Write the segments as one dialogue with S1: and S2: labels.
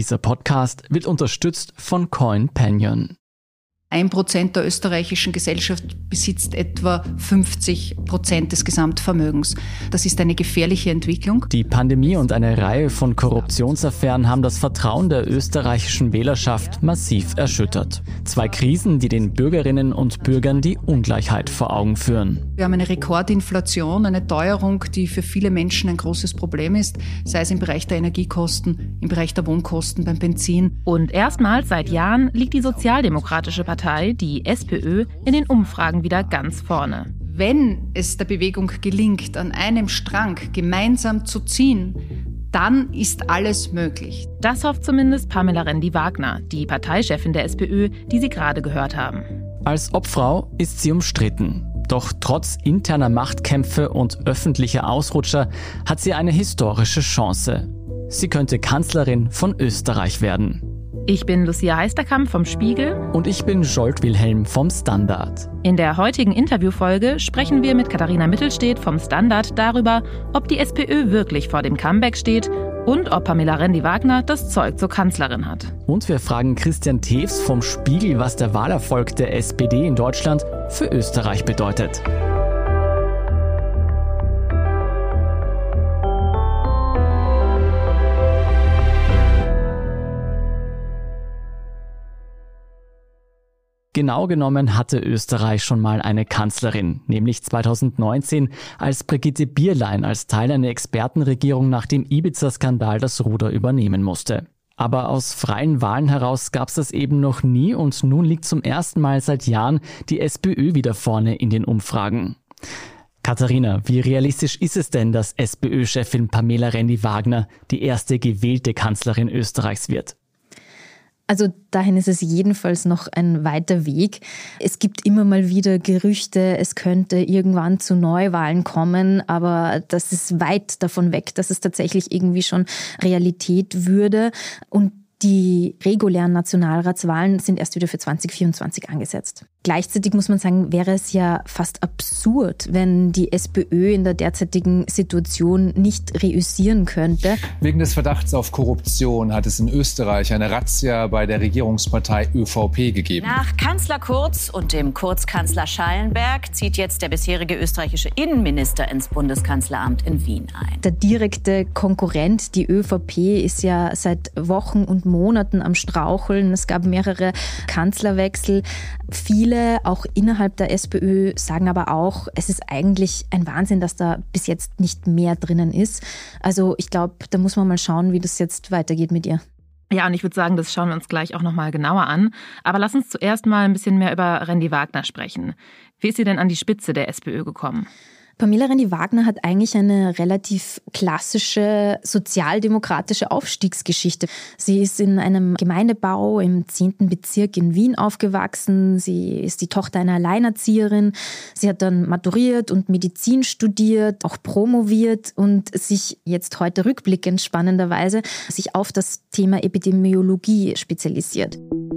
S1: Dieser Podcast wird unterstützt von CoinPanion.
S2: 1% der österreichischen Gesellschaft besitzt etwa 50% des Gesamtvermögens. Das ist eine gefährliche Entwicklung.
S1: Die Pandemie und eine Reihe von Korruptionsaffären haben das Vertrauen der österreichischen Wählerschaft massiv erschüttert. 2 Krisen, die den Bürgerinnen und Bürgern die Ungleichheit vor Augen führen.
S2: Wir haben eine Rekordinflation, eine Teuerung, die für viele Menschen ein großes Problem ist, sei es im Bereich der Energiekosten, im Bereich der Wohnkosten, beim Benzin.
S3: Und erstmals seit Jahren liegt die Sozialdemokratische Partei, die SPÖ, in den Umfragen wieder ganz vorne.
S2: Wenn es der Bewegung gelingt, an einem Strang gemeinsam zu ziehen, dann ist alles möglich.
S3: Das hofft zumindest Pamela Rendi-Wagner, die Parteichefin der SPÖ, die Sie gerade gehört haben.
S1: Als Obfrau ist sie umstritten. Doch trotz interner Machtkämpfe und öffentlicher Ausrutscher hat sie eine historische Chance. Sie könnte Kanzlerin von Österreich werden.
S3: Ich bin Lucia Heisterkamp vom Spiegel.
S1: Und ich bin Zsolt Wilhelm vom Standard.
S3: In der heutigen Interviewfolge sprechen wir mit Katharina Mittelstedt vom Standard darüber, ob die SPÖ wirklich vor dem Comeback steht und ob Pamela Rendi-Wagner das Zeug zur Kanzlerin hat.
S1: Und wir fragen Christian Tews vom Spiegel, was der Wahlerfolg der SPD in Deutschland für Österreich bedeutet. Genau genommen hatte Österreich schon mal eine Kanzlerin, nämlich 2019, als Brigitte Bierlein als Teil einer Expertenregierung nach dem Ibiza-Skandal das Ruder übernehmen musste. Aber aus freien Wahlen heraus gab es das eben noch nie und nun liegt zum ersten Mal seit Jahren die SPÖ wieder vorne in den Umfragen. Katharina, wie realistisch ist es denn, dass SPÖ-Chefin Pamela Rendi-Wagner die erste gewählte Kanzlerin Österreichs wird?
S4: Also dahin ist es jedenfalls noch ein weiter Weg. Es gibt immer mal wieder Gerüchte, es könnte irgendwann zu Neuwahlen kommen, aber das ist weit davon weg, dass es tatsächlich irgendwie schon Realität würde. Und die regulären Nationalratswahlen sind erst wieder für 2024 angesetzt. Gleichzeitig muss man sagen, wäre es ja fast absurd, wenn die SPÖ in der derzeitigen Situation nicht reüssieren könnte.
S5: Wegen des Verdachts auf Korruption hat es in Österreich eine Razzia bei der Regierungspartei ÖVP gegeben.
S6: Nach Kanzler Kurz und dem Kurzkanzler Schallenberg zieht jetzt der bisherige österreichische Innenminister ins Bundeskanzleramt in Wien ein.
S4: Der direkte Konkurrent, die ÖVP, ist ja seit Wochen und Monaten am Straucheln. Es gab mehrere Kanzlerwechsel. Viele, auch innerhalb der SPÖ, sagen aber auch, es ist eigentlich ein Wahnsinn, dass da bis jetzt nicht mehr drinnen ist. Also ich glaube, da muss man mal schauen, wie das jetzt weitergeht mit ihr.
S3: Ja, und ich würde sagen, das schauen wir uns gleich auch nochmal genauer an. Aber lass uns zuerst mal ein bisschen mehr über Rendi-Wagner sprechen. Wie ist sie denn an die Spitze der SPÖ gekommen?
S4: Pamela Rendi-Wagner hat eigentlich eine relativ klassische sozialdemokratische Aufstiegsgeschichte. Sie ist in einem Gemeindebau im 10. Bezirk in Wien aufgewachsen. Sie ist die Tochter einer Alleinerzieherin. Sie hat dann maturiert und Medizin studiert, auch promoviert und sich jetzt heute rückblickend spannenderweise sich auf das Thema Epidemiologie spezialisiert.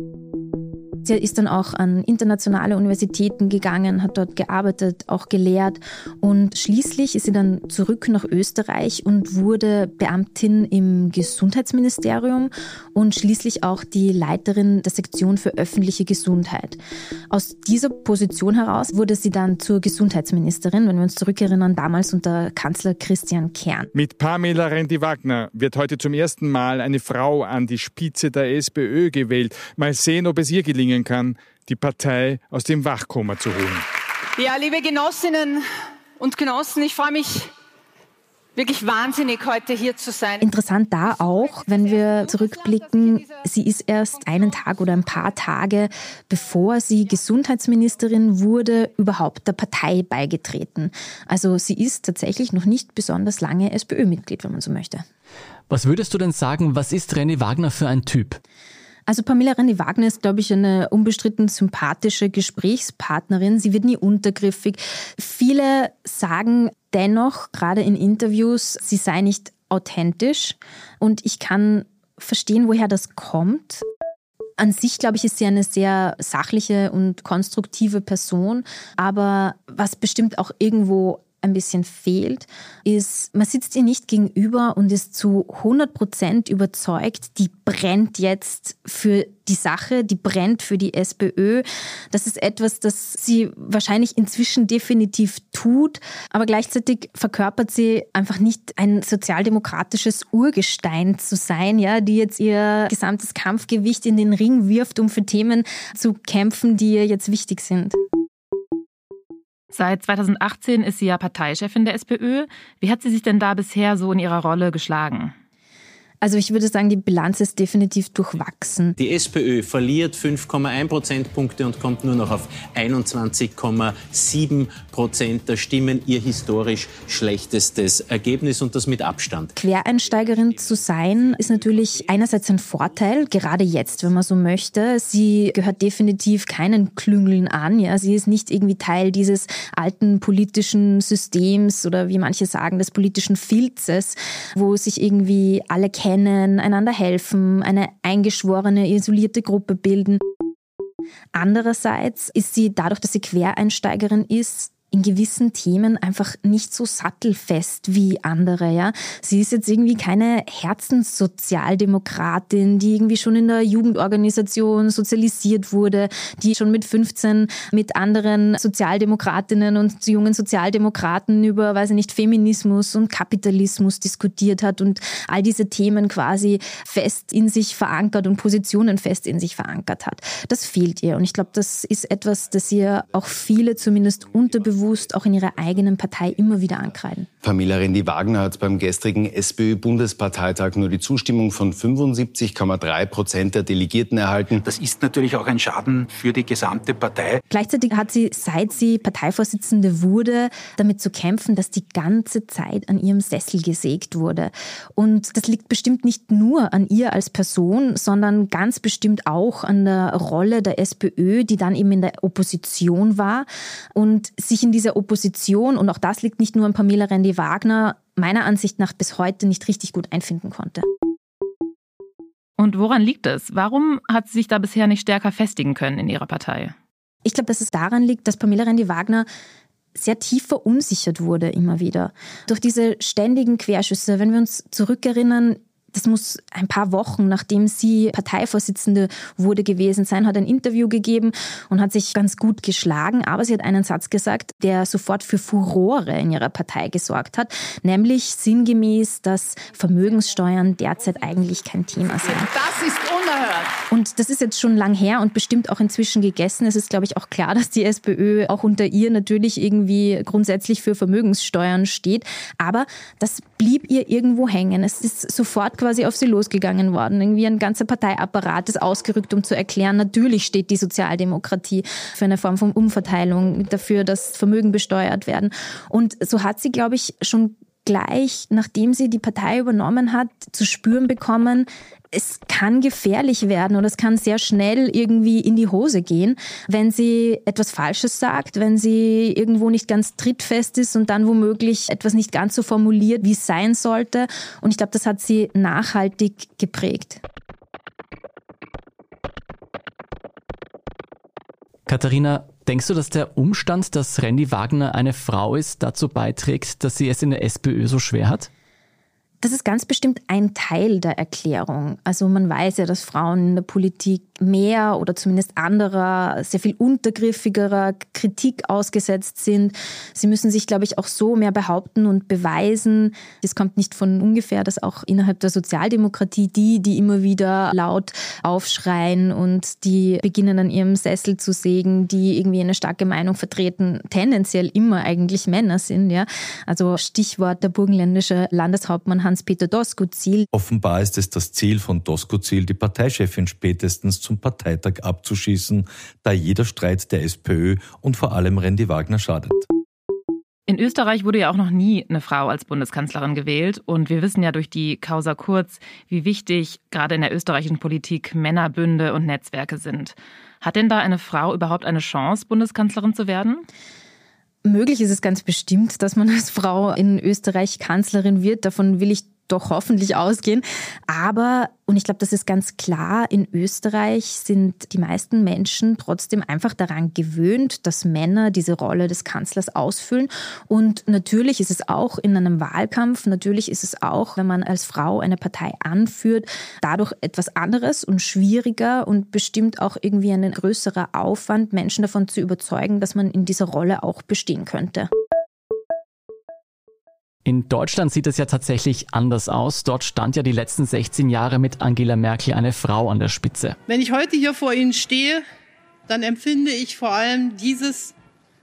S4: Sie ist dann auch an internationale Universitäten gegangen, hat dort gearbeitet, auch gelehrt und schließlich ist sie dann zurück nach Österreich und wurde Beamtin im Gesundheitsministerium und schließlich auch die Leiterin der Sektion für öffentliche Gesundheit. Aus dieser Position heraus wurde sie dann zur Gesundheitsministerin, wenn wir uns zurückerinnern, damals unter Kanzler Christian Kern.
S7: Mit Pamela Rendi-Wagner wird heute zum ersten Mal eine Frau an die Spitze der SPÖ gewählt. Mal sehen, ob es ihr gelingen kann, die Partei aus dem Wachkoma zu holen.
S8: Ja, liebe Genossinnen und Genossen, ich freue mich wirklich wahnsinnig, heute hier zu sein.
S4: Interessant da auch, wenn wir zurückblicken, sie ist erst einen Tag oder ein paar Tage, bevor sie Gesundheitsministerin wurde, überhaupt der Partei beigetreten. Also sie ist tatsächlich noch nicht besonders lange SPÖ-Mitglied, wenn man so möchte.
S1: Was würdest du denn sagen, was ist Rendi-Wagner für ein Typ?
S4: Also Pamela Rendi-Wagner ist, glaube ich, eine unbestritten sympathische Gesprächspartnerin. Sie wird nie untergriffig. Viele sagen dennoch, gerade in Interviews, sie sei nicht authentisch. Und ich kann verstehen, woher das kommt. An sich, glaube ich, ist sie eine sehr sachliche und konstruktive Person. Aber was bestimmt auch irgendwo ein bisschen fehlt, ist, man sitzt ihr nicht gegenüber und ist zu 100% überzeugt, die brennt jetzt für die Sache, die brennt für die SPÖ. Das ist etwas, das sie wahrscheinlich inzwischen definitiv tut, aber gleichzeitig verkörpert sie einfach nicht ein sozialdemokratisches Urgestein zu sein, ja, die jetzt ihr gesamtes Kampfgewicht in den Ring wirft, um für Themen zu kämpfen, die ihr jetzt wichtig sind.
S3: Seit 2018 ist sie ja Parteichefin der SPÖ. Wie hat sie sich denn da bisher so in ihrer Rolle geschlagen?
S4: Also ich würde sagen, die Bilanz ist definitiv durchwachsen.
S9: Die SPÖ verliert 5,1 Prozentpunkte und kommt nur noch auf 21,7% der Stimmen. Ihr historisch schlechtestes Ergebnis und das mit Abstand.
S4: Quereinsteigerin zu sein, ist natürlich einerseits ein Vorteil, gerade jetzt, wenn man so möchte. Sie gehört definitiv keinen Klüngeln an. Ja. Sie ist nicht irgendwie Teil dieses alten politischen Systems oder wie manche sagen, des politischen Filzes, wo sich irgendwie alle kennen, einander helfen, eine eingeschworene, isolierte Gruppe bilden. Andererseits ist sie, dadurch, dass sie Quereinsteigerin ist, in gewissen Themen einfach nicht so sattelfest wie andere. Ja? Sie ist jetzt irgendwie keine Herzenssozialdemokratin, die irgendwie schon in der Jugendorganisation sozialisiert wurde, die schon mit 15 mit anderen Sozialdemokratinnen und jungen Sozialdemokraten über, weiß ich nicht, Feminismus und Kapitalismus diskutiert hat und all diese Themen quasi fest in sich verankert und Positionen fest in sich verankert hat. Das fehlt ihr. Und ich glaube, das ist etwas, das ihr auch viele zumindest unterbewusst auch in ihrer eigenen Partei immer wieder ankreiden.
S10: Pamela Rendi-Wagner hat beim gestrigen SPÖ-Bundesparteitag nur die Zustimmung von 75,3% der Delegierten erhalten.
S11: Das ist natürlich auch ein Schaden für die gesamte Partei.
S4: Gleichzeitig hat sie, seit sie Parteivorsitzende wurde, damit zu kämpfen, dass die ganze Zeit an ihrem Sessel gesägt wurde. Und das liegt bestimmt nicht nur an ihr als Person, sondern ganz bestimmt auch an der Rolle der SPÖ, die dann eben in der Opposition war und sich in dieser Opposition, und auch das liegt nicht nur an Pamela Rendi-Wagner, meiner Ansicht nach bis heute nicht richtig gut einfinden konnte.
S3: Und woran liegt es? Warum hat sie sich da bisher nicht stärker festigen können in ihrer Partei?
S4: Ich glaube, dass es daran liegt, dass Pamela Rendi-Wagner sehr tief verunsichert wurde immer wieder. Durch diese ständigen Querschüsse, wenn wir uns zurückerinnern, das muss ein paar Wochen, nachdem sie Parteivorsitzende wurde gewesen sein, hat ein Interview gegeben und hat sich ganz gut geschlagen. Aber sie hat einen Satz gesagt, der sofort für Furore in ihrer Partei gesorgt hat, nämlich sinngemäß, dass Vermögenssteuern derzeit eigentlich kein Thema sind.
S8: Das ist unerhört.
S4: Und das ist jetzt schon lang her und bestimmt auch inzwischen gegessen. Es ist, glaube ich, auch klar, dass die SPÖ auch unter ihr natürlich irgendwie grundsätzlich für Vermögenssteuern steht. Aber das blieb ihr irgendwo hängen. Es ist sofort quasi auf sie losgegangen worden. Irgendwie ein ganzer Parteiapparat ist ausgerückt, um zu erklären, natürlich steht die Sozialdemokratie für eine Form von Umverteilung, dafür, dass Vermögen besteuert werden. Und so hat sie, glaube ich, schon gleich, nachdem sie die Partei übernommen hat, zu spüren bekommen, es kann gefährlich werden oder es kann sehr schnell irgendwie in die Hose gehen, wenn sie etwas Falsches sagt, wenn sie irgendwo nicht ganz trittfest ist und dann womöglich etwas nicht ganz so formuliert, wie es sein sollte. Und ich glaube, das hat sie nachhaltig geprägt.
S1: Katharina, denkst du, dass der Umstand, dass Rendi-Wagner eine Frau ist, dazu beiträgt, dass sie es in der SPÖ so schwer hat?
S4: Das ist ganz bestimmt ein Teil der Erklärung. Also man weiß ja, dass Frauen in der Politik mehr oder zumindest anderer, sehr viel untergriffigerer Kritik ausgesetzt sind. Sie müssen sich, glaube ich, auch so mehr behaupten und beweisen. Es kommt nicht von ungefähr, dass auch innerhalb der Sozialdemokratie die immer wieder laut aufschreien und die beginnen an ihrem Sessel zu sägen, die irgendwie eine starke Meinung vertreten, tendenziell immer eigentlich Männer sind. Ja? Also Stichwort der burgenländische Landeshauptmann Hans-Peter Doskozil.
S12: Offenbar ist es das Ziel von Doskozil, die Parteichefin spätestens zum Parteitag abzuschießen, da jeder Streit der SPÖ und vor allem Rendi-Wagner schadet.
S3: In Österreich wurde ja auch noch nie eine Frau als Bundeskanzlerin gewählt. Und wir wissen ja durch die Causa Kurz, wie wichtig gerade in der österreichischen Politik Männerbünde und Netzwerke sind. Hat denn da eine Frau überhaupt eine Chance, Bundeskanzlerin zu werden?
S4: Möglich ist es ganz bestimmt, dass man als Frau in Österreich Kanzlerin wird. Davon will ich doch hoffentlich ausgehen. Aber, und ich glaube, das ist ganz klar, in Österreich sind die meisten Menschen trotzdem einfach daran gewöhnt, dass Männer diese Rolle des Kanzlers ausfüllen. Und natürlich ist es auch in einem Wahlkampf, natürlich ist es auch, wenn man als Frau eine Partei anführt, dadurch etwas anderes und schwieriger und bestimmt auch irgendwie ein größerer Aufwand, Menschen davon zu überzeugen, dass man in dieser Rolle auch bestehen könnte.
S1: In Deutschland sieht es ja tatsächlich anders aus. Dort stand ja die letzten 16 Jahre mit Angela Merkel eine Frau an der Spitze.
S13: Wenn ich heute hier vor Ihnen stehe, dann empfinde ich vor allem dieses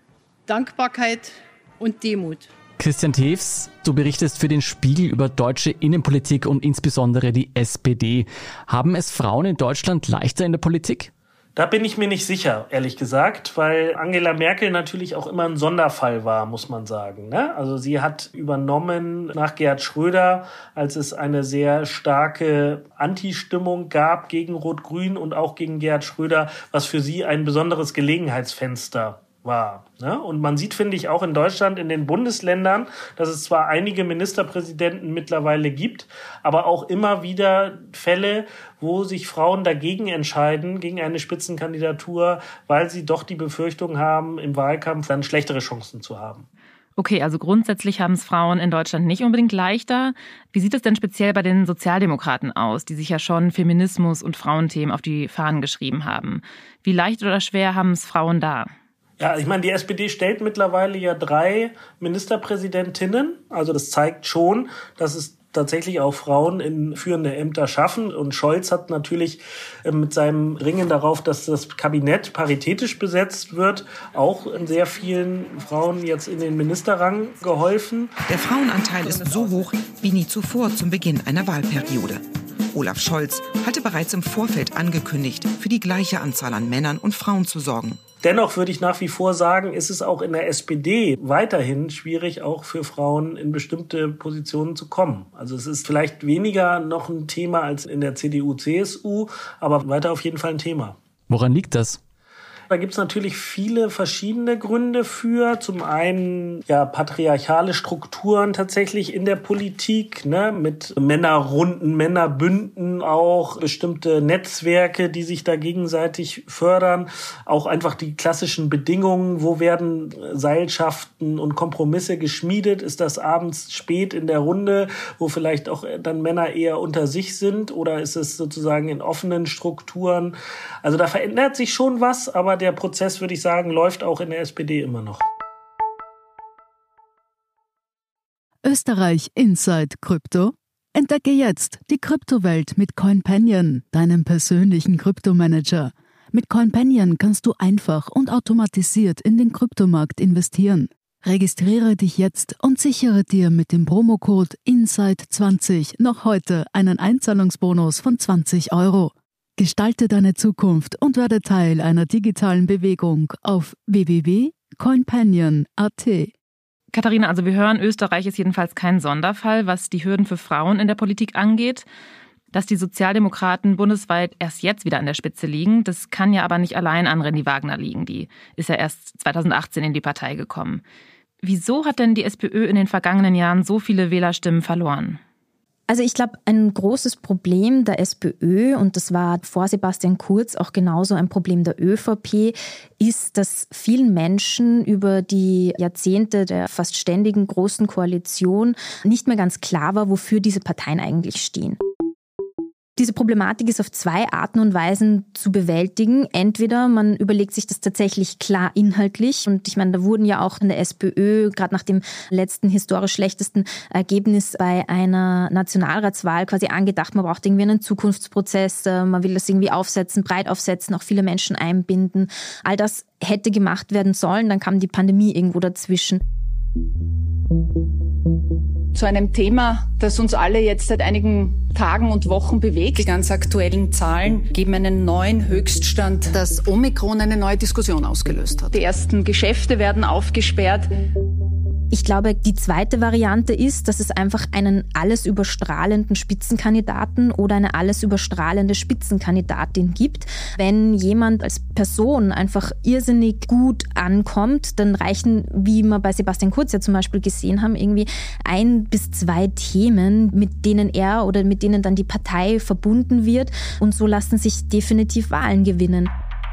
S13: Dankbarkeit und Demut.
S1: Christian Tews, du berichtest für den Spiegel über deutsche Innenpolitik und insbesondere die SPD. Haben es Frauen in Deutschland leichter in der Politik?
S14: Da bin ich mir nicht sicher, ehrlich gesagt, weil Angela Merkel natürlich auch immer ein Sonderfall war, muss man sagen, ne? Also sie hat übernommen nach Gerhard Schröder, als es eine sehr starke Anti-Stimmung gab gegen Rot-Grün und auch gegen Gerhard Schröder, was für sie ein besonderes Gelegenheitsfenster war. Ne? Und man sieht, finde ich, auch in Deutschland, in den Bundesländern, dass es zwar einige Ministerpräsidenten mittlerweile gibt, aber auch immer wieder Fälle, wo sich Frauen dagegen entscheiden, gegen eine Spitzenkandidatur, weil sie doch die Befürchtung haben, im Wahlkampf dann schlechtere Chancen zu haben.
S3: Okay, also grundsätzlich haben es Frauen in Deutschland nicht unbedingt leichter. Wie sieht es denn speziell bei den Sozialdemokraten aus, die sich ja schon Feminismus und Frauenthemen auf die Fahnen geschrieben haben? Wie leicht oder schwer haben es Frauen da?
S14: Ja, ich meine, die SPD stellt mittlerweile ja 3 Ministerpräsidentinnen. Also das zeigt schon, dass es tatsächlich auch Frauen in führende Ämter schaffen. Und Scholz hat natürlich mit seinem Ringen darauf, dass das Kabinett paritätisch besetzt wird, auch sehr vielen Frauen jetzt in den Ministerrang geholfen.
S15: Der Frauenanteil ist so hoch wie nie zuvor zum Beginn einer Wahlperiode. Olaf Scholz hatte bereits im Vorfeld angekündigt, für die gleiche Anzahl an Männern und Frauen zu sorgen.
S14: Dennoch würde ich nach wie vor sagen, ist es auch in der SPD weiterhin schwierig, auch für Frauen in bestimmte Positionen zu kommen. Also es ist vielleicht weniger noch ein Thema als in der CDU, CSU, aber weiter auf jeden Fall ein Thema.
S1: Woran liegt das?
S14: Da gibt es natürlich viele verschiedene Gründe für. Zum einen ja patriarchale Strukturen tatsächlich in der Politik, ne, mit Männerrunden, Männerbünden, auch bestimmte Netzwerke, die sich da gegenseitig fördern. Auch einfach die klassischen Bedingungen, wo werden Seilschaften und Kompromisse geschmiedet? Ist das abends spät in der Runde, wo vielleicht auch dann Männer eher unter sich sind? Oder ist es sozusagen in offenen Strukturen? Also da verändert sich schon was, aber der Prozess, würde ich sagen, läuft auch in der SPD immer noch.
S16: Österreich Inside Krypto. Entdecke jetzt die Kryptowelt mit CoinPanion, deinem persönlichen Kryptomanager. Mit CoinPanion kannst du einfach und automatisiert in den Kryptomarkt investieren. Registriere dich jetzt und sichere dir mit dem Promocode INSIDE20 noch heute einen Einzahlungsbonus von 20 €. Gestalte deine Zukunft und werde Teil einer digitalen Bewegung auf www.coinpanion.at.
S3: Katharina, also wir hören, Österreich ist jedenfalls kein Sonderfall, was die Hürden für Frauen in der Politik angeht. Dass die Sozialdemokraten bundesweit erst jetzt wieder an der Spitze liegen, das kann ja aber nicht allein an Rendy Wagner liegen. Die ist ja erst 2018 in die Partei gekommen. Wieso hat denn die SPÖ in den vergangenen Jahren so viele Wählerstimmen verloren?
S4: Also ich glaube, ein großes Problem der SPÖ, und das war vor Sebastian Kurz auch genauso ein Problem der ÖVP, ist, dass vielen Menschen über die Jahrzehnte der fast ständigen Großen Koalition nicht mehr ganz klar war, wofür diese Parteien eigentlich stehen. Diese Problematik ist auf 2 Arten und Weisen zu bewältigen. Entweder man überlegt sich das tatsächlich klar inhaltlich. Und ich meine, da wurden ja auch in der SPÖ, gerade nach dem letzten historisch schlechtesten Ergebnis bei einer Nationalratswahl quasi angedacht, man braucht irgendwie einen Zukunftsprozess, man will das irgendwie aufsetzen, breit aufsetzen, auch viele Menschen einbinden. All das hätte gemacht werden sollen, dann kam die Pandemie irgendwo dazwischen.
S2: Zu einem Thema, das uns alle jetzt seit einigen Tagen und Wochen bewegt.
S17: Die ganz aktuellen Zahlen geben einen neuen Höchststand.
S2: Dass Omikron eine neue Diskussion ausgelöst hat. Die ersten Geschäfte werden aufgesperrt.
S4: Ich glaube, die zweite Variante ist, dass es einfach einen alles überstrahlenden Spitzenkandidaten oder eine alles überstrahlende Spitzenkandidatin gibt. Wenn jemand als Person einfach irrsinnig gut ankommt, dann reichen, wie wir bei Sebastian Kurz ja zum Beispiel gesehen haben, irgendwie 1 bis 2 Themen, mit denen er oder mit denen dann die Partei verbunden wird. Und so lassen sich definitiv Wahlen gewinnen.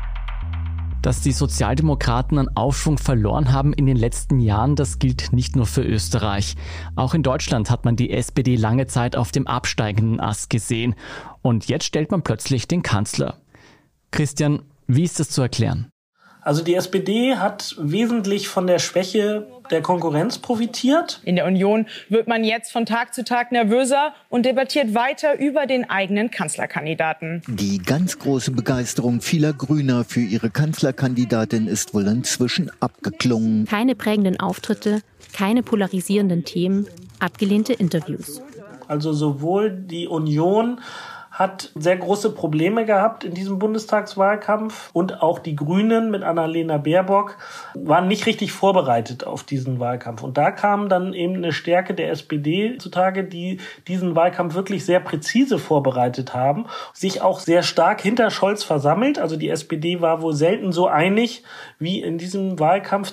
S1: Dass die Sozialdemokraten an Aufschwung verloren haben in den letzten Jahren, das gilt nicht nur für Österreich. Auch in Deutschland hat man die SPD lange Zeit auf dem absteigenden Ast gesehen. Und jetzt stellt man plötzlich den Kanzler. Christian, wie ist das zu erklären?
S14: Also die SPD hat wesentlich von der Schwäche der Konkurrenz profitiert.
S18: In der Union wird man jetzt von Tag zu Tag nervöser und debattiert weiter über den eigenen Kanzlerkandidaten.
S19: Die ganz große Begeisterung vieler Grüner für ihre Kanzlerkandidatin ist wohl inzwischen abgeklungen.
S20: Keine prägenden Auftritte, keine polarisierenden Themen, abgelehnte Interviews.
S14: Also sowohl die Union hat sehr große Probleme gehabt in diesem Bundestagswahlkampf und auch die Grünen mit Annalena Baerbock waren nicht richtig vorbereitet auf diesen Wahlkampf. Und da kam dann eben eine Stärke der SPD zutage, die diesen Wahlkampf wirklich sehr präzise vorbereitet haben, sich auch sehr stark hinter Scholz versammelt. Also die SPD war wohl selten so einig wie in diesem Wahlkampf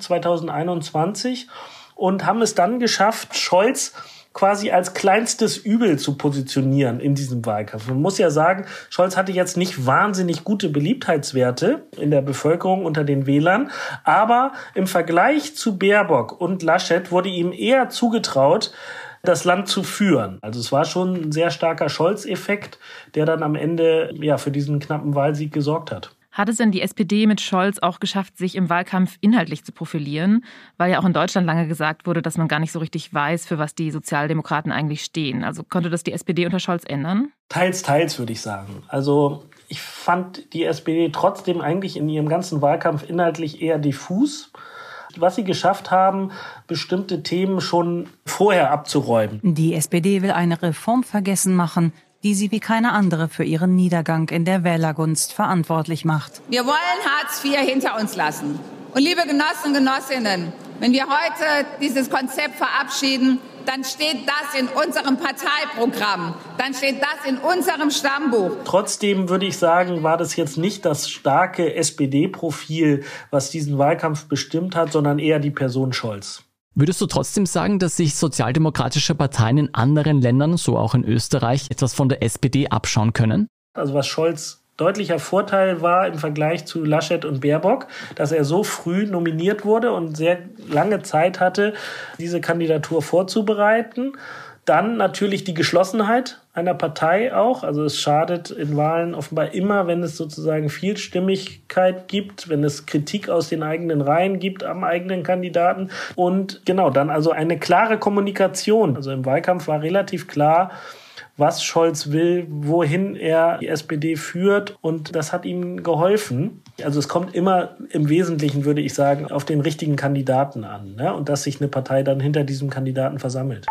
S14: 2021 und haben es dann geschafft, Scholz quasi als kleinstes Übel zu positionieren in diesem Wahlkampf. Man muss ja sagen, Scholz hatte jetzt nicht wahnsinnig gute Beliebtheitswerte in der Bevölkerung unter den Wählern, aber im Vergleich zu Baerbock und Laschet wurde ihm eher zugetraut, das Land zu führen. Also es war schon ein sehr starker Scholz-Effekt, der dann am Ende für diesen knappen Wahlsieg gesorgt hat.
S3: Hat es denn die SPD mit Scholz auch geschafft, sich im Wahlkampf inhaltlich zu profilieren? Weil ja auch in Deutschland lange gesagt wurde, dass man gar nicht so richtig weiß, für was die Sozialdemokraten eigentlich stehen. Also konnte das die SPD unter Scholz ändern?
S14: Teils, teils würde ich sagen. Also ich fand die SPD trotzdem eigentlich in ihrem ganzen Wahlkampf inhaltlich eher diffus. Was sie geschafft haben, bestimmte Themen schon vorher abzuräumen.
S21: Die SPD will eine Reform vergessen machen, die sie wie keine andere für ihren Niedergang in der Wählergunst verantwortlich macht.
S22: Wir wollen Hartz IV hinter uns lassen. Und liebe Genossen und Genossinnen, wenn wir heute dieses Konzept verabschieden, dann steht das in unserem Parteiprogramm, dann steht das in unserem Stammbuch.
S14: Trotzdem würde ich sagen, war das jetzt nicht das starke SPD-Profil, was diesen Wahlkampf bestimmt hat, sondern eher die Person Scholz.
S1: Würdest du trotzdem sagen, dass sich sozialdemokratische Parteien in anderen Ländern, so auch in Österreich, etwas von der SPD abschauen können?
S14: Also was Scholz deutlicher Vorteil war im Vergleich zu Laschet und Baerbock, dass er so früh nominiert wurde und sehr lange Zeit hatte, diese Kandidatur vorzubereiten. Dann natürlich die Geschlossenheit einer Partei auch. Also es schadet in Wahlen offenbar immer, wenn es sozusagen Vielstimmigkeit gibt, wenn es Kritik aus den eigenen Reihen gibt am eigenen Kandidaten. Und genau, dann also eine klare Kommunikation. Also im Wahlkampf war relativ klar, was Scholz will, wohin er die SPD führt. Und das hat ihm geholfen. Also es kommt immer im Wesentlichen, würde ich sagen, auf den richtigen Kandidaten an, ne? Und dass sich eine Partei dann hinter diesem Kandidaten versammelt.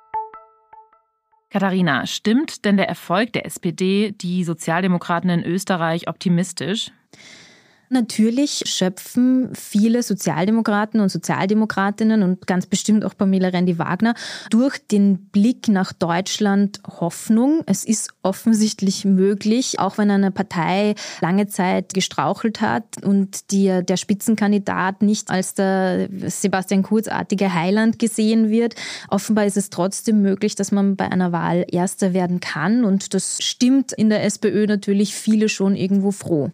S3: Katharina, stimmt denn der Erfolg der SPD die Sozialdemokraten in Österreich optimistisch?
S4: Natürlich schöpfen viele Sozialdemokraten und Sozialdemokratinnen und ganz bestimmt auch Pamela Rendi-Wagner durch den Blick nach Deutschland Hoffnung. Es ist offensichtlich möglich, auch wenn eine Partei lange Zeit gestrauchelt hat und der Spitzenkandidat nicht als der Sebastian Kurz-artige Heiland gesehen wird. Offenbar ist es trotzdem möglich, dass man bei einer Wahl Erster werden kann und das stimmt in der SPÖ natürlich viele schon irgendwo froh.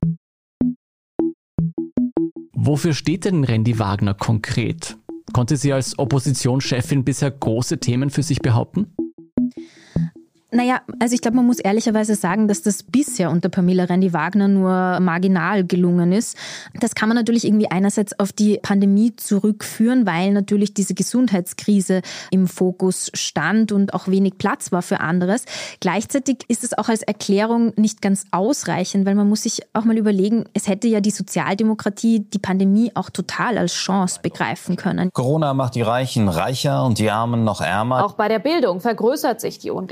S1: Wofür steht denn Rendi-Wagner konkret? Konnte sie als Oppositionschefin bisher große Themen für sich behaupten?
S4: Naja, also ich glaube, man muss ehrlicherweise sagen, dass das bisher unter Pamela Rendi-Wagner nur marginal gelungen ist. Das kann man natürlich irgendwie einerseits auf die Pandemie zurückführen, weil natürlich diese Gesundheitskrise im Fokus stand und auch wenig Platz war für anderes. Gleichzeitig ist es auch als Erklärung nicht ganz ausreichend, weil man muss sich auch mal überlegen, es hätte ja die Sozialdemokratie die Pandemie auch total als Chance begreifen können.
S23: Corona macht die Reichen reicher und die Armen noch ärmer.
S24: Auch bei der Bildung vergrößert sich die Ungleichheit.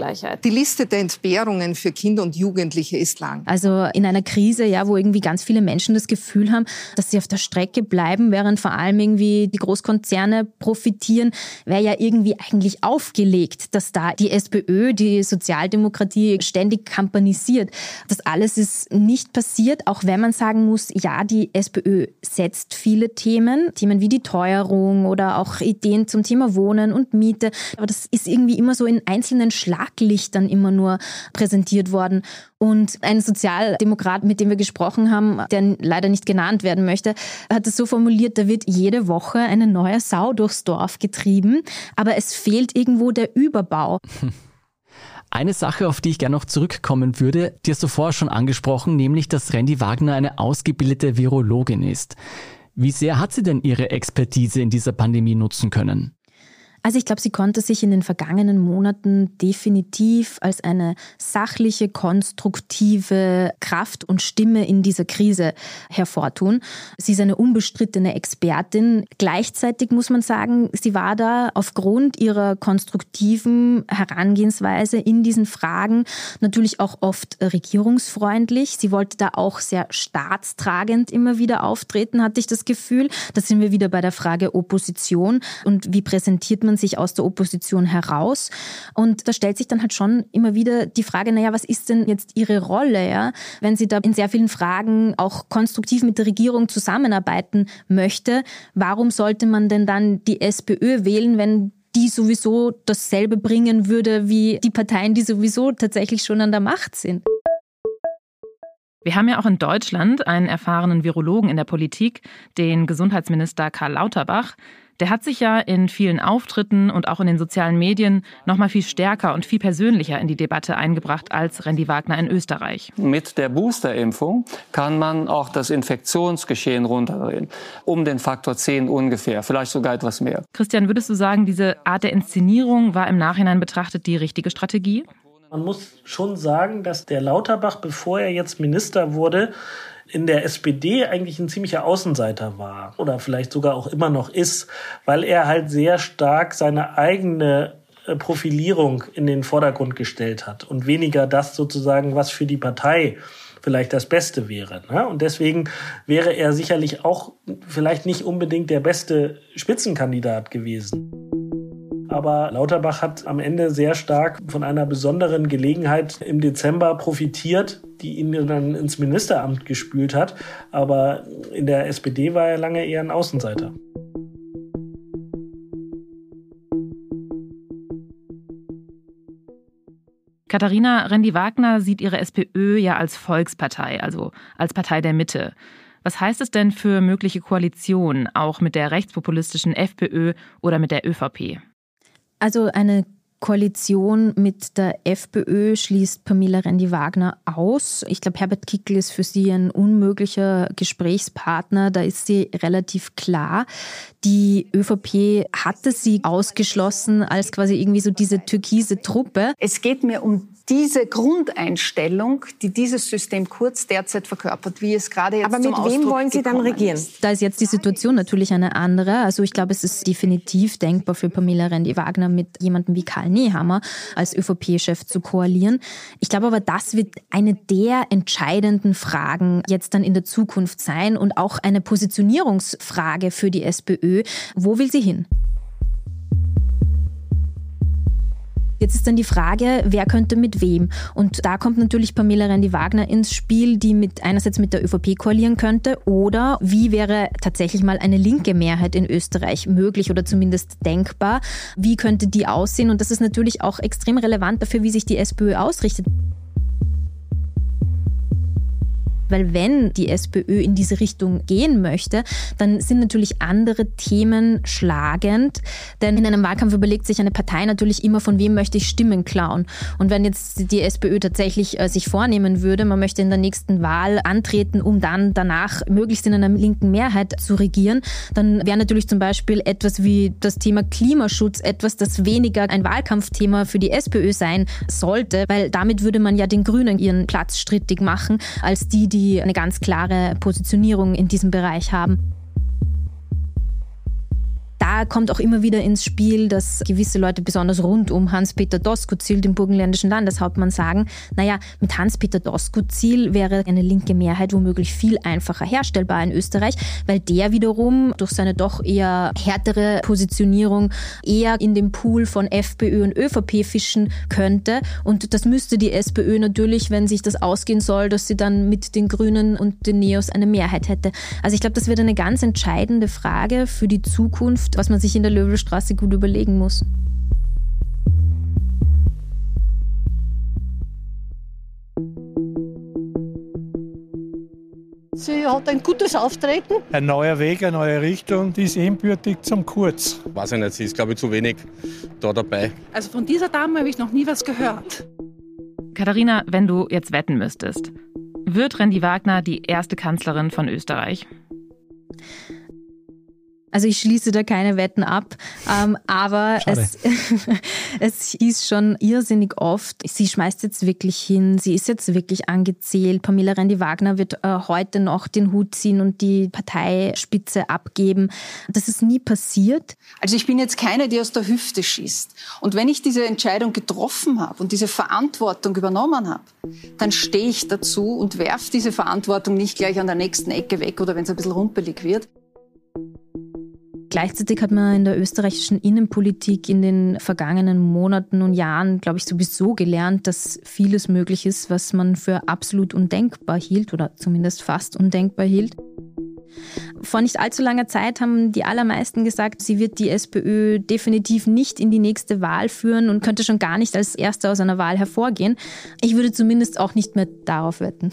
S5: Die Liste der Entbehrungen für Kinder und Jugendliche ist lang.
S4: Also in einer Krise, ja, wo irgendwie ganz viele Menschen das Gefühl haben, dass sie auf der Strecke bleiben, während vor allem irgendwie die Großkonzerne profitieren, wäre ja irgendwie eigentlich aufgelegt, dass da die SPÖ, die Sozialdemokratie ständig kampanisiert. Das alles ist nicht passiert, auch wenn man sagen muss, ja, die SPÖ setzt viele Themen wie die Teuerung oder auch Ideen zum Thema Wohnen und Miete. Aber das ist irgendwie immer so in einzelnen Schlaglichtern immer nur präsentiert worden. Und ein Sozialdemokrat, mit dem wir gesprochen haben, der leider nicht genannt werden möchte, hat es so formuliert, da wird jede Woche eine neue Sau durchs Dorf getrieben, aber es fehlt irgendwo der Überbau.
S1: Eine Sache, auf die ich gerne noch zurückkommen würde, die hast du vorher schon angesprochen, nämlich, dass Randy Wagner eine ausgebildete Virologin ist. Wie sehr hat sie denn ihre Expertise in dieser Pandemie nutzen können?
S4: Also ich glaube, sie konnte sich in den vergangenen Monaten definitiv als eine sachliche, konstruktive Kraft und Stimme in dieser Krise hervortun. Sie ist eine unbestrittene Expertin. Gleichzeitig muss man sagen, sie war da aufgrund ihrer konstruktiven Herangehensweise in diesen Fragen natürlich auch oft regierungsfreundlich. Sie wollte da auch sehr staatstragend immer wieder auftreten, hatte ich das Gefühl. Da sind wir wieder bei der Frage Opposition und wie präsentiert man sich aus der Opposition heraus. Und da stellt sich dann halt schon immer wieder die Frage, was ist denn jetzt ihre Rolle, ja? Wenn sie da in sehr vielen Fragen auch konstruktiv mit der Regierung zusammenarbeiten möchte, warum sollte man denn dann die SPÖ wählen, wenn die sowieso dasselbe bringen würde wie die Parteien, die sowieso tatsächlich schon an der Macht sind?
S3: Wir haben ja auch in Deutschland einen erfahrenen Virologen in der Politik, den Gesundheitsminister Karl Lauterbach. Der hat sich ja in vielen Auftritten und auch in den sozialen Medien noch mal viel stärker und viel persönlicher in die Debatte eingebracht als Randy Wagner in Österreich.
S6: Mit der Boosterimpfung kann man auch das Infektionsgeschehen runterdrehen. Um den Faktor 10 ungefähr, vielleicht sogar etwas mehr.
S3: Christian, würdest du sagen, diese Art der Inszenierung war im Nachhinein betrachtet die richtige Strategie?
S14: Man muss schon sagen, dass der Lauterbach, bevor er jetzt Minister wurde, in der SPD eigentlich ein ziemlicher Außenseiter war oder vielleicht sogar auch immer noch ist, weil er halt sehr stark seine eigene Profilierung in den Vordergrund gestellt hat und weniger das sozusagen, was für die Partei vielleicht das Beste wäre. Und deswegen wäre er sicherlich auch vielleicht nicht unbedingt der beste Spitzenkandidat gewesen. Aber Lauterbach hat am Ende sehr stark von einer besonderen Gelegenheit im Dezember profitiert, die ihn dann ins Ministeramt gespült hat. Aber in der SPD war er lange eher ein Außenseiter.
S3: Katharina, Randy Wagner sieht ihre SPÖ ja als Volkspartei, also als Partei der Mitte. Was heißt es denn für mögliche Koalitionen, auch mit der rechtspopulistischen FPÖ oder mit der ÖVP?
S4: Also eine Koalition mit der FPÖ schließt Pamela Rendi-Wagner aus. Ich glaube, Herbert Kickl ist für sie ein unmöglicher Gesprächspartner. Da ist sie relativ klar. Die ÖVP hatte sie ausgeschlossen als quasi irgendwie so diese türkise Truppe.
S17: Es geht mir um diese Grundeinstellung, die dieses System Kurz derzeit verkörpert, wie es gerade jetzt zum Ausdruck gekommen ist. Aber mit wem wollen Sie dann regieren?
S4: Da ist jetzt die Situation natürlich eine andere. Also ich glaube, es ist definitiv denkbar für Pamela Rendi-Wagner mit jemandem wie Karl Nehammer als ÖVP-Chef zu koalieren. Ich glaube aber, das wird eine der entscheidenden Fragen jetzt dann in der Zukunft sein und auch eine Positionierungsfrage für die SPÖ. Wo will sie hin? Jetzt ist dann die Frage, wer könnte mit wem? Und da kommt natürlich Pamela Rendi-Wagner ins Spiel, die einerseits mit der ÖVP koalieren könnte, oder wie wäre tatsächlich mal eine linke Mehrheit in Österreich möglich oder zumindest denkbar? Wie könnte die aussehen? Und das ist natürlich auch extrem relevant dafür, wie sich die SPÖ ausrichtet. Weil wenn die SPÖ in diese Richtung gehen möchte, dann sind natürlich andere Themen schlagend. Denn in einem Wahlkampf überlegt sich eine Partei natürlich immer, von wem möchte ich Stimmen klauen. Und wenn jetzt die SPÖ tatsächlich sich vornehmen würde, man möchte in der nächsten Wahl antreten, um dann danach möglichst in einer linken Mehrheit zu regieren, dann wäre natürlich zum Beispiel etwas wie das Thema Klimaschutz etwas, das weniger ein Wahlkampfthema für die SPÖ sein sollte, weil damit würde man ja den Grünen ihren Platz strittig machen, als die eine ganz klare Positionierung in diesem Bereich haben. Da kommt auch immer wieder ins Spiel, dass gewisse Leute besonders rund um Hans-Peter Doskozil, den burgenländischen Landeshauptmann, sagen, naja, mit Hans-Peter Doskozil wäre eine linke Mehrheit womöglich viel einfacher herstellbar in Österreich, weil der wiederum durch seine doch eher härtere Positionierung eher in dem Pool von FPÖ und ÖVP fischen könnte. Und das müsste die SPÖ natürlich, wenn sich das ausgehen soll, dass sie dann mit den Grünen und den Neos eine Mehrheit hätte. Also ich glaube, das wird eine ganz entscheidende Frage für die Zukunft, was man sich in der Löwelstraße gut überlegen muss.
S7: Sie hat ein gutes Auftreten.
S9: Ein neuer Weg, eine neue Richtung, die ist ebenbürtig zum Kurz.
S23: Weiß ich nicht, sie ist, glaube ich, zu wenig da dabei.
S7: Also von dieser Dame habe ich noch nie was gehört.
S3: Katharina, wenn du jetzt wetten müsstest, wird Randy Wagner die erste Kanzlerin von Österreich?
S4: Also ich schließe da keine Wetten ab, aber es hieß schon irrsinnig oft, sie schmeißt jetzt wirklich hin, sie ist jetzt wirklich angezählt. Pamela Rendi-Wagner wird heute noch den Hut ziehen und die Parteispitze abgeben. Das ist nie passiert.
S2: Also ich bin jetzt keine, die aus der Hüfte schießt. Und wenn ich diese Entscheidung getroffen habe und diese Verantwortung übernommen habe, dann stehe ich dazu und werfe diese Verantwortung nicht gleich an der nächsten Ecke weg oder wenn es ein bisschen rumpelig wird.
S4: Gleichzeitig hat man in der österreichischen Innenpolitik in den vergangenen Monaten und Jahren, glaube ich, sowieso gelernt, dass vieles möglich ist, was man für absolut undenkbar hielt oder zumindest fast undenkbar hielt. Vor nicht allzu langer Zeit haben die allermeisten gesagt, sie wird die SPÖ definitiv nicht in die nächste Wahl führen und könnte schon gar nicht als Erste aus einer Wahl hervorgehen. Ich würde zumindest auch nicht mehr darauf wetten.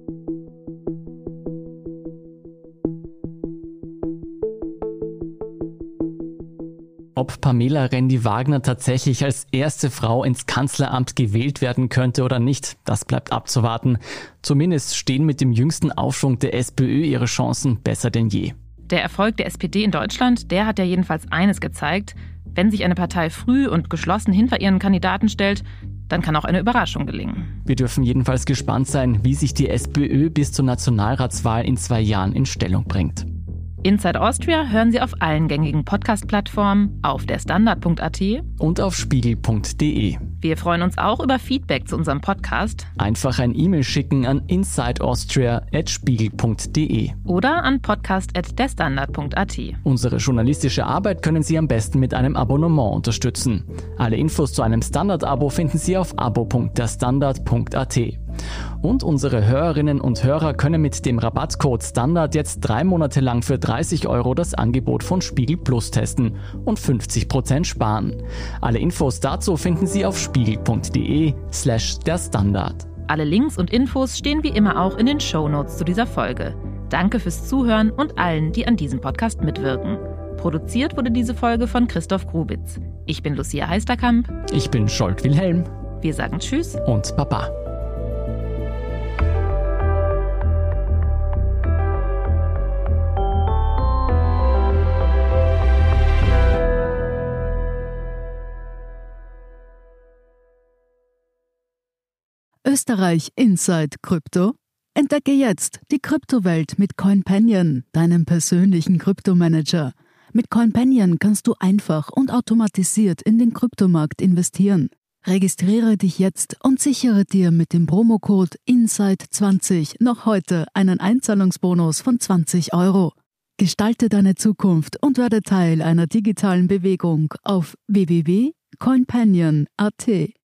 S1: Ob Pamela Rendi-Wagner tatsächlich als erste Frau ins Kanzleramt gewählt werden könnte oder nicht, das bleibt abzuwarten. Zumindest stehen mit dem jüngsten Aufschwung der SPÖ ihre Chancen besser denn je.
S3: Der Erfolg der SPD in Deutschland, der hat ja jedenfalls eines gezeigt: Wenn sich eine Partei früh und geschlossen hinter ihren Kandidaten stellt, dann kann auch eine Überraschung gelingen.
S1: Wir dürfen jedenfalls gespannt sein, wie sich die SPÖ bis zur Nationalratswahl in 2 Jahren in Stellung bringt.
S3: Inside Austria hören Sie auf allen gängigen Podcast-Plattformen, auf derstandard.at
S1: und auf spiegel.de.
S3: Wir freuen uns auch über Feedback zu unserem Podcast.
S1: Einfach ein E-Mail schicken an insideaustria@spiegel.de
S3: oder an podcast@derstandard.at.
S1: Unsere journalistische Arbeit können Sie am besten mit einem Abonnement unterstützen. Alle Infos zu einem Standard-Abo finden Sie auf abo.derstandard.at. Und unsere Hörerinnen und Hörer können mit dem Rabattcode STANDARD jetzt 3 Monate lang für 30 € das Angebot von Spiegel Plus testen und 50% sparen. Alle Infos dazu finden Sie auf spiegel.de/derstandard.
S3: Alle Links und Infos stehen wie immer auch in den Shownotes zu dieser Folge. Danke fürs Zuhören und allen, die an diesem Podcast mitwirken. Produziert wurde diese Folge von Christoph Grubitz. Ich bin Lucia Heisterkamp.
S1: Ich bin Scholt Wilhelm.
S3: Wir sagen Tschüss
S1: und Baba.
S16: Österreich Inside Krypto? Entdecke jetzt die Kryptowelt mit CoinPanion, deinem persönlichen Kryptomanager. Mit CoinPanion kannst du einfach und automatisiert in den Kryptomarkt investieren. Registriere dich jetzt und sichere dir mit dem Promocode INSIDE20 noch heute einen Einzahlungsbonus von 20 €. Gestalte deine Zukunft und werde Teil einer digitalen Bewegung auf www.coinpanion.at.